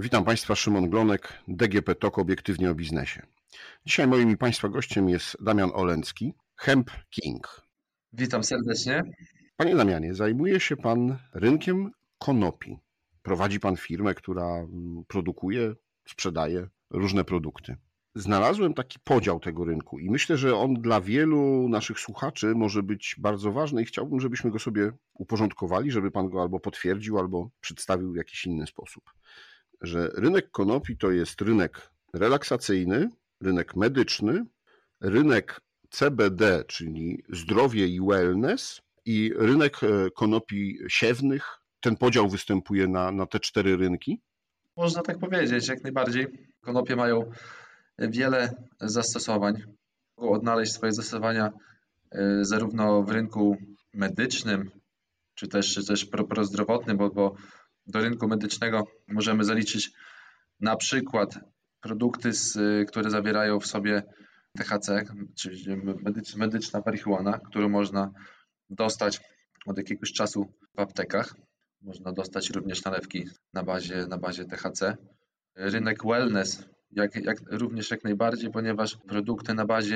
Witam Państwa, Szymon Glonek, DGP TOK, obiektywnie o biznesie. Dzisiaj moim i Państwa gościem jest Damian Olęcki, Hemp King. Witam serdecznie. Panie Damianie, zajmuje się Pan rynkiem konopi. Prowadzi Pan firmę, która produkuje, sprzedaje różne produkty. Znalazłem taki podział tego rynku i myślę, że on dla wielu naszych słuchaczy może być bardzo ważny i chciałbym, żebyśmy go sobie uporządkowali, żeby Pan go albo potwierdził, albo przedstawił w jakiś inny sposób. Że rynek konopi to jest rynek relaksacyjny, rynek medyczny, rynek CBD, czyli zdrowie i wellness, i rynek konopi siewnych. Ten podział występuje na te 4 rynki? Można tak powiedzieć, jak najbardziej. Konopie mają wiele zastosowań. Mogą odnaleźć swoje zastosowania zarówno w rynku medycznym, czy też prozdrowotnym, bo do rynku medycznego możemy zaliczyć na przykład produkty, które zawierają w sobie THC, czyli medyczna marihuana, którą można dostać od jakiegoś czasu w aptekach. Można dostać również nalewki na bazie THC. Rynek wellness również jak najbardziej, ponieważ produkty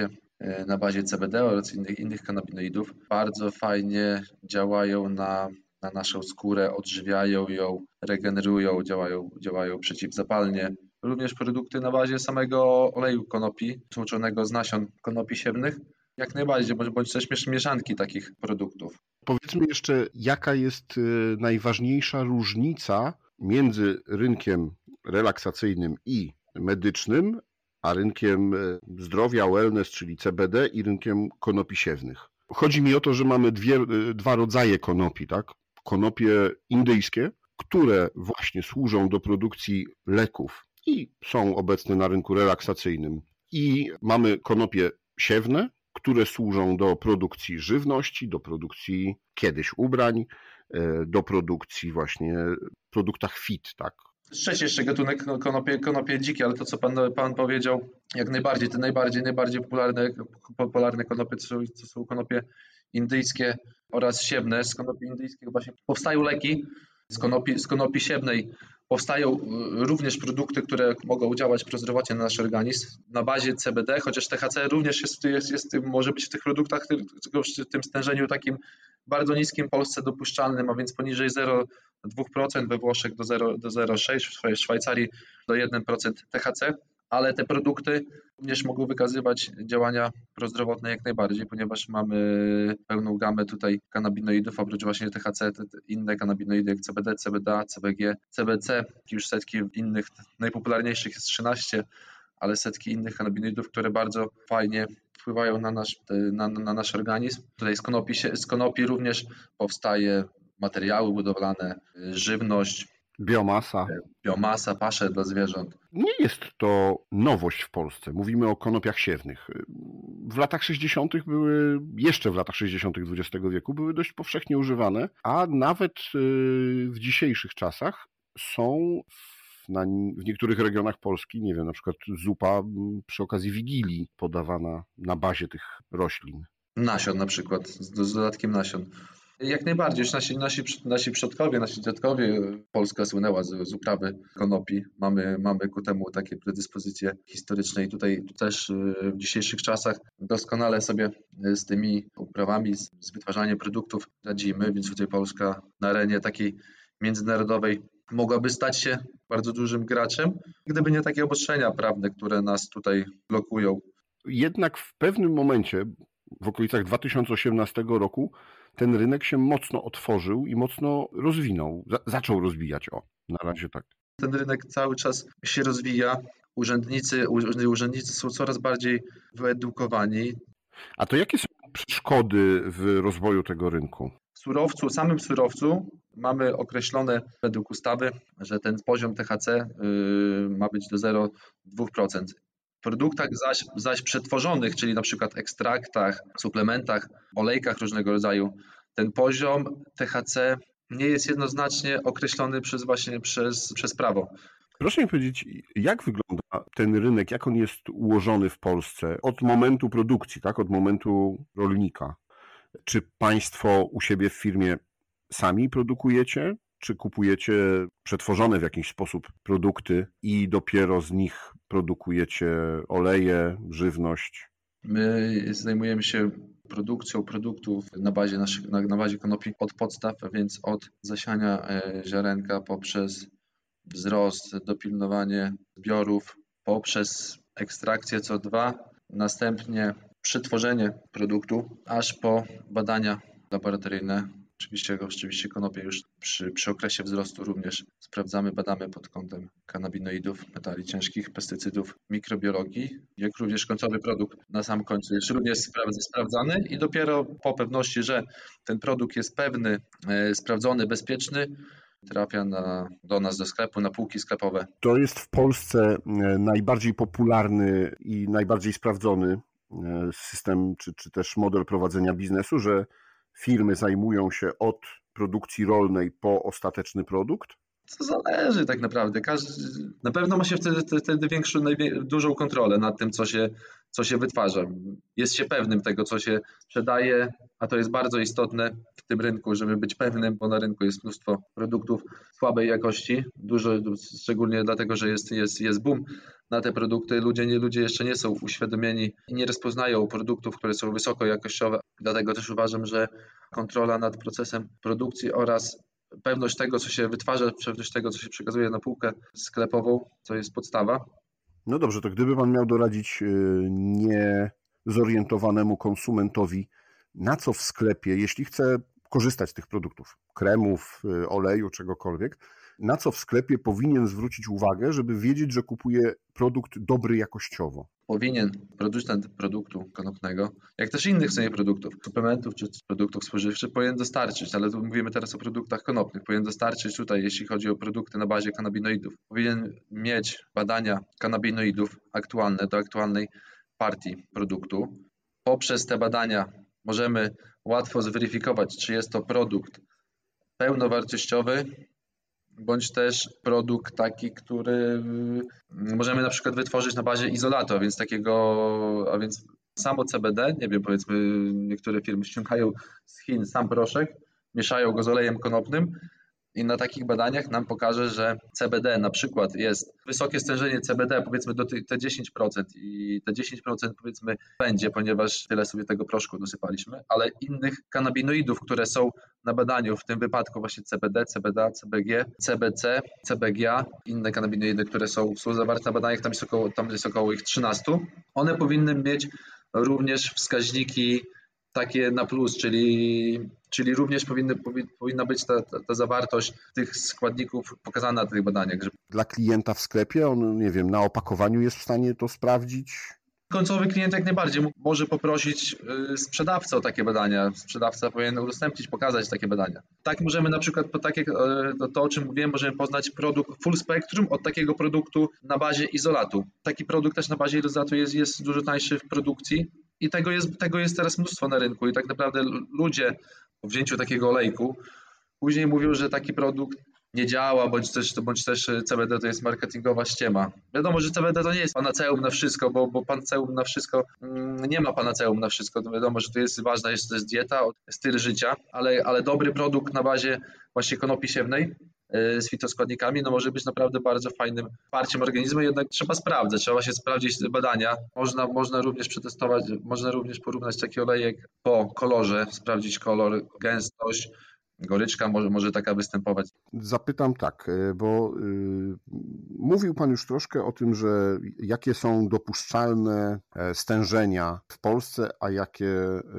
na bazie CBD oraz innych kanabinoidów bardzo fajnie działają na naszą skórę, odżywiają ją, regenerują, działają przeciwzapalnie. Również produkty na bazie samego oleju konopi, tłuczonego z nasion konopi siewnych, jak najbardziej, bądź też mieszanki takich produktów. Powiedzmy jeszcze, jaka jest najważniejsza różnica między rynkiem relaksacyjnym i medycznym, a rynkiem zdrowia, wellness, czyli CBD, i rynkiem konopi siewnych. Chodzi mi o to, że mamy dwa rodzaje konopi, tak? Konopie indyjskie, które właśnie służą do produkcji leków i są obecne na rynku relaksacyjnym. I mamy konopie siewne, które służą do produkcji żywności, do produkcji kiedyś ubrań, do produkcji właśnie produktach fit, tak? Trzeci jeszcze gatunek konopie dzikie, ale to co pan powiedział, jak najbardziej, te najbardziej popularne konopie to są konopie indyjskie oraz siewne. Z konopi indyjskich właśnie powstają leki, z konopi siewnej powstają również produkty, które mogą działać prozdrowotnie na nasz organizm na bazie CBD, chociaż THC również może być w tych produktach, tylko w tym stężeniu takim bardzo niskim w Polsce dopuszczalnym, a więc poniżej 0,2%, we Włoszech do 0,6%, w Szwajcarii do 1% THC, ale te produkty również mogą wykazywać działania prozdrowotne jak najbardziej, ponieważ mamy pełną gamę tutaj kanabinoidów, oprócz właśnie THC, inne kanabinoidy jak CBD, CBDA, CBG, CBC, już setki innych, najpopularniejszych jest 13, ale setki innych kanabinoidów, które bardzo fajnie wpływają na nasz organizm. Tutaj z konopi również powstaje materiały budowlane, żywność, biomasa, pasze dla zwierząt. Nie jest to nowość w Polsce. Mówimy o konopiach siewnych. Jeszcze w latach 60. XX wieku były dość powszechnie używane, a nawet w dzisiejszych czasach są w niektórych regionach Polski, nie wiem, na przykład zupa przy okazji Wigilii podawana na bazie tych roślin. Nasion na przykład, z dodatkiem nasion. Jak najbardziej, już nasi przodkowie, nasi dziadkowie, Polska słynęła z uprawy konopi. Mamy ku temu takie predyspozycje historyczne i tutaj też w dzisiejszych czasach doskonale sobie z tymi uprawami, z wytwarzaniem produktów radzimy, więc tutaj Polska na arenie takiej międzynarodowej mogłaby stać się bardzo dużym graczem, gdyby nie takie obostrzenia prawne, które nas tutaj blokują. Jednak w pewnym momencie, w okolicach 2018 roku, ten rynek się mocno otworzył i mocno rozwinął. Zaczął rozwijać, na razie tak. Ten rynek cały czas się rozwija. Urzędnicy są coraz bardziej wyedukowani. A to jakie są przeszkody w rozwoju tego rynku? W samym surowcu mamy określone według ustawy, że ten poziom THC ma być do 0,2%. W produktach zaś przetworzonych, czyli na przykład ekstraktach, suplementach, olejkach różnego rodzaju, ten poziom THC nie jest jednoznacznie określony przez prawo. Proszę mi powiedzieć, jak wygląda ten rynek, jak on jest ułożony w Polsce od momentu produkcji, tak, od momentu rolnika? Czy Państwo u siebie w firmie sami produkujecie czy kupujecie przetworzone w jakiś sposób produkty i dopiero z nich produkujecie oleje, żywność? My zajmujemy się produkcją produktów na bazie konopi od podstaw, więc od zasiania ziarenka poprzez wzrost, dopilnowanie zbiorów, poprzez ekstrakcję CO2, następnie przetworzenie produktu, aż po badania laboratoryjne. Oczywiście konopie już przy okresie wzrostu również sprawdzamy, badamy pod kątem kanabinoidów, metali ciężkich, pestycydów, mikrobiologii, jak również końcowy produkt na sam końcu jest również sprawdzany i dopiero po pewności, że ten produkt jest pewny, sprawdzony, bezpieczny, trafia do nas do sklepu, na półki sklepowe. To jest w Polsce najbardziej popularny i najbardziej sprawdzony system, czy też model prowadzenia biznesu, że firmy zajmują się od produkcji rolnej po ostateczny produkt? To zależy tak naprawdę. Na pewno ma się wtedy dużą kontrolę nad tym, co się wytwarza. Jest się pewnym tego, co się sprzedaje, a to jest bardzo istotne w tym rynku, żeby być pewnym, bo na rynku jest mnóstwo produktów słabej jakości, dużo, szczególnie dlatego, że jest boom na te produkty. Ludzie jeszcze nie są uświadomieni i nie rozpoznają produktów, które są wysoko jakościowe. Dlatego też uważam, że kontrola nad procesem produkcji oraz pewność tego, co się wytwarza, pewność tego, co się przekazuje na półkę sklepową, to jest podstawa. No dobrze, to gdyby Pan miał doradzić niezorientowanemu konsumentowi, na co w sklepie, jeśli chce korzystać z tych produktów, kremów, oleju, czegokolwiek, na co w sklepie powinien zwrócić uwagę, żeby wiedzieć, że kupuje produkt dobry jakościowo? Powinien producent produktu konopnego, jak też innych produktów, suplementów czy produktów spożywczych, powinien dostarczyć, ale tu mówimy teraz o produktach konopnych, powinien dostarczyć tutaj, jeśli chodzi o produkty na bazie kanabinoidów, powinien mieć badania kanabinoidów aktualne do aktualnej partii produktu. Poprzez te badania możemy łatwo zweryfikować, czy jest to produkt pełnowartościowy, bądź też produkt taki, który możemy na przykład wytworzyć na bazie izolatu, a więc samo CBD, nie wiem, powiedzmy niektóre firmy ściągają z Chin sam proszek, mieszają go z olejem konopnym i na takich badaniach nam pokaże, że CBD na przykład jest wysokie stężenie CBD, powiedzmy do te 10% i te 10% powiedzmy będzie, ponieważ tyle sobie tego proszku dosypaliśmy, ale innych kanabinoidów, które są na badaniu, w tym wypadku właśnie CBD, CBD, CBG, CBC, CBGA, inne kanabinoidy, które są zawarte na badaniach, tam jest około ich 13. One powinny mieć również wskaźniki takie na plus, czyli również powinna być ta zawartość tych składników pokazana na tych badaniach. Dla klienta w sklepie, on, nie wiem, na opakowaniu jest w stanie to sprawdzić? Końcowy klient jak najbardziej może poprosić sprzedawcę o takie badania. Sprzedawca powinien udostępnić, pokazać takie badania. Tak możemy na przykład, to o czym mówiłem, możemy poznać produkt full spectrum od takiego produktu na bazie izolatu. Taki produkt też na bazie izolatu jest dużo tańszy w produkcji i tego jest teraz mnóstwo na rynku i tak naprawdę ludzie po wzięciu takiego olejku później mówią, że taki produkt nie działa, bądź też CBD to jest marketingowa ściema. Wiadomo, że CBD to nie jest panaceum na wszystko, bo panaceum na wszystko, nie ma panaceum na wszystko. To wiadomo, że to jest ważna, to jest dieta, styl życia, ale dobry produkt na bazie właśnie konopi siewnej z fitoskładnikami, no może być naprawdę bardzo fajnym wsparciem organizmu, jednak trzeba sprawdzać, trzeba się sprawdzić te badania. Można również przetestować, można również porównać taki olejek po kolorze, sprawdzić kolor, gęstość, goryczka może taka występować. Zapytam tak, bo mówił Pan już troszkę o tym, że jakie są dopuszczalne stężenia w Polsce, a jakie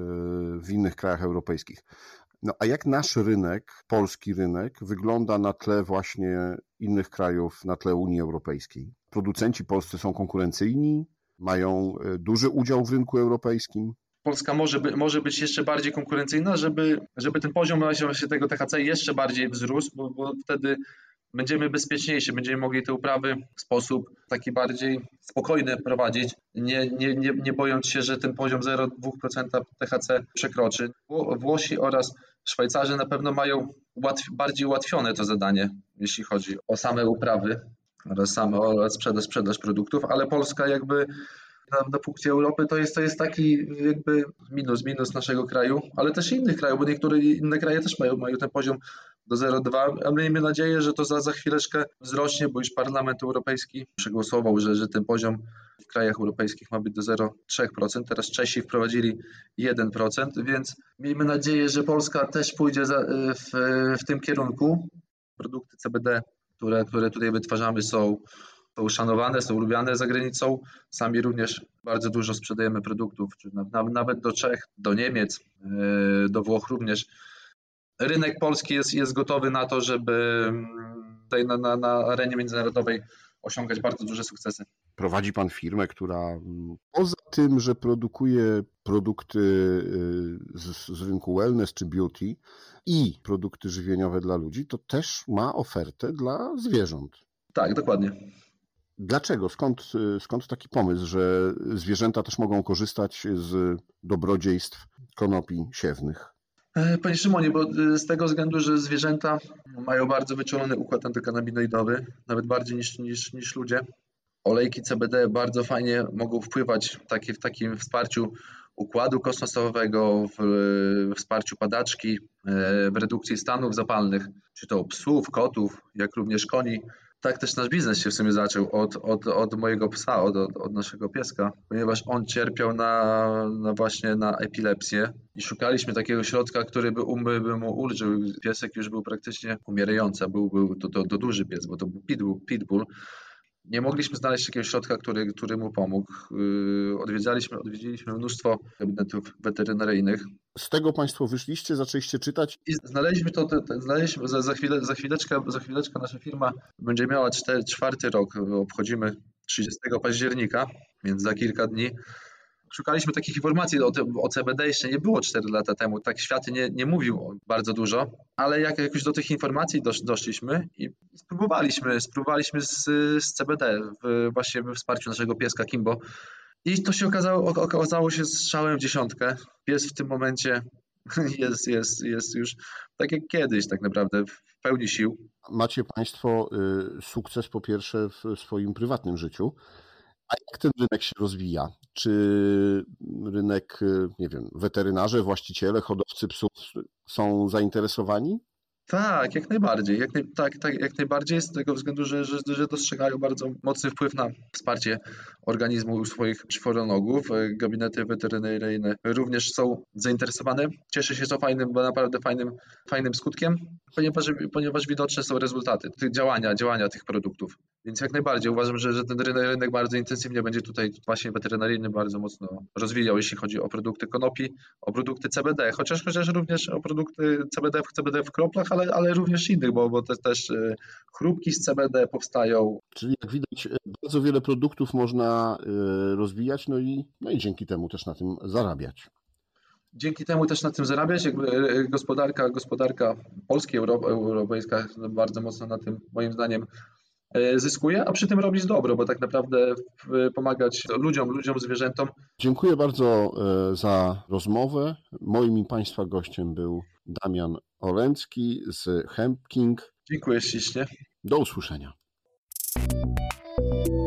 w innych krajach europejskich. No a jak nasz rynek, polski rynek, wygląda na tle właśnie innych krajów, na tle Unii Europejskiej? Producenci polscy są konkurencyjni, mają duży udział w rynku europejskim? Polska może być jeszcze bardziej konkurencyjna, żeby ten poziom właśnie tego THC jeszcze bardziej wzrósł, bo wtedy będziemy bezpieczniejsi, będziemy mogli te uprawy w sposób taki bardziej spokojny prowadzić, nie bojąc się, że ten poziom 0,2% THC przekroczy. Włosi oraz Szwajcarzy na pewno mają bardziej ułatwione to zadanie, jeśli chodzi o same uprawy oraz sprzedaż produktów, ale Polska jakby na punkcie Europy to jest taki jakby minus naszego kraju, ale też innych krajów, bo niektóre inne kraje też mają ten poziom do 0,2, a miejmy nadzieję, że to za chwileczkę wzrośnie, bo już Parlament Europejski przegłosował, że ten poziom w krajach europejskich ma być do 0,3%. Teraz Czesi wprowadzili 1%, więc miejmy nadzieję, że Polska też pójdzie w tym kierunku. Produkty CBD, które tutaj wytwarzamy, są szanowane, są lubiane za granicą. Sami również bardzo dużo sprzedajemy produktów, nawet do Czech, do Niemiec, do Włoch również. Rynek polski jest gotowy na to, żeby tutaj na arenie międzynarodowej osiągać bardzo duże sukcesy. Prowadzi pan firmę, która poza tym, że produkuje produkty z rynku wellness czy beauty i produkty żywieniowe dla ludzi, to też ma ofertę dla zwierząt. Tak, dokładnie. Dlaczego? Skąd taki pomysł, że zwierzęta też mogą korzystać z dobrodziejstw konopi siewnych? Panie Szymonie, bo z tego względu, że zwierzęta mają bardzo wyczulony układ antykanabinoidowy, nawet bardziej niż ludzie. Olejki CBD bardzo fajnie mogą wpływać w takim wsparciu układu kostno-stawowego, w wsparciu padaczki, w redukcji stanów zapalnych, czy to psów, kotów, jak również koni. Tak też nasz biznes się w sumie zaczął od mojego psa, od naszego pieska, ponieważ on cierpiał właśnie na epilepsję i szukaliśmy takiego środka, który by mu ulżył. Piesek już był praktycznie umierający, był to duży pies, bo to był pitbull. Nie mogliśmy znaleźć takiego środka, który mu pomógł. Odwiedziliśmy mnóstwo gabinetów weterynaryjnych. Z tego państwo wyszliście, zaczęliście czytać? I znaleźliśmy za chwileczkę nasza firma będzie miała 4. rok. Obchodzimy 30 października, więc za kilka dni. Szukaliśmy takich informacji o CBD, jeszcze nie było 4 lata temu. Tak świat nie mówił bardzo dużo, ale jak już do tych informacji doszliśmy i spróbowaliśmy z CBD właśnie we wsparciu naszego pieska Kimbo. I to się okazało się strzałem w dziesiątkę. Pies w tym momencie jest już tak jak kiedyś tak naprawdę, w pełni sił. Macie państwo sukces po pierwsze w swoim prywatnym życiu. A jak ten rynek się rozwija? Czy rynek, nie wiem, weterynarze, właściciele, hodowcy psów są zainteresowani? Tak, jak najbardziej. Jak najbardziej z tego względu, że dostrzegają bardzo mocny wpływ na wsparcie organizmu u swoich czworonogów. Gabinety weterynaryjne również są zainteresowane. Cieszę się to naprawdę fajnym skutkiem, ponieważ widoczne są rezultaty tych działania tych produktów. Więc jak najbardziej uważam, że ten rynek bardzo intensywnie będzie tutaj właśnie weterynaryjny bardzo mocno rozwijał, jeśli chodzi o produkty konopi, o produkty CBD, chociaż również o produkty CBD w kroplach, ale również innych, bo też chrupki z CBD powstają. Czyli jak widać, bardzo wiele produktów można rozwijać, no i dzięki temu też na tym zarabiać. Dzięki temu też na tym zarabiać. Gospodarka polska, europejska bardzo mocno na tym, moim zdaniem, zyskuje, a przy tym robić dobro, bo tak naprawdę pomagać ludziom, zwierzętom. Dziękuję bardzo za rozmowę. Moim i państwa gościem był Damian Olencki z Hemp King. Dziękuję ślicznie. Do usłyszenia.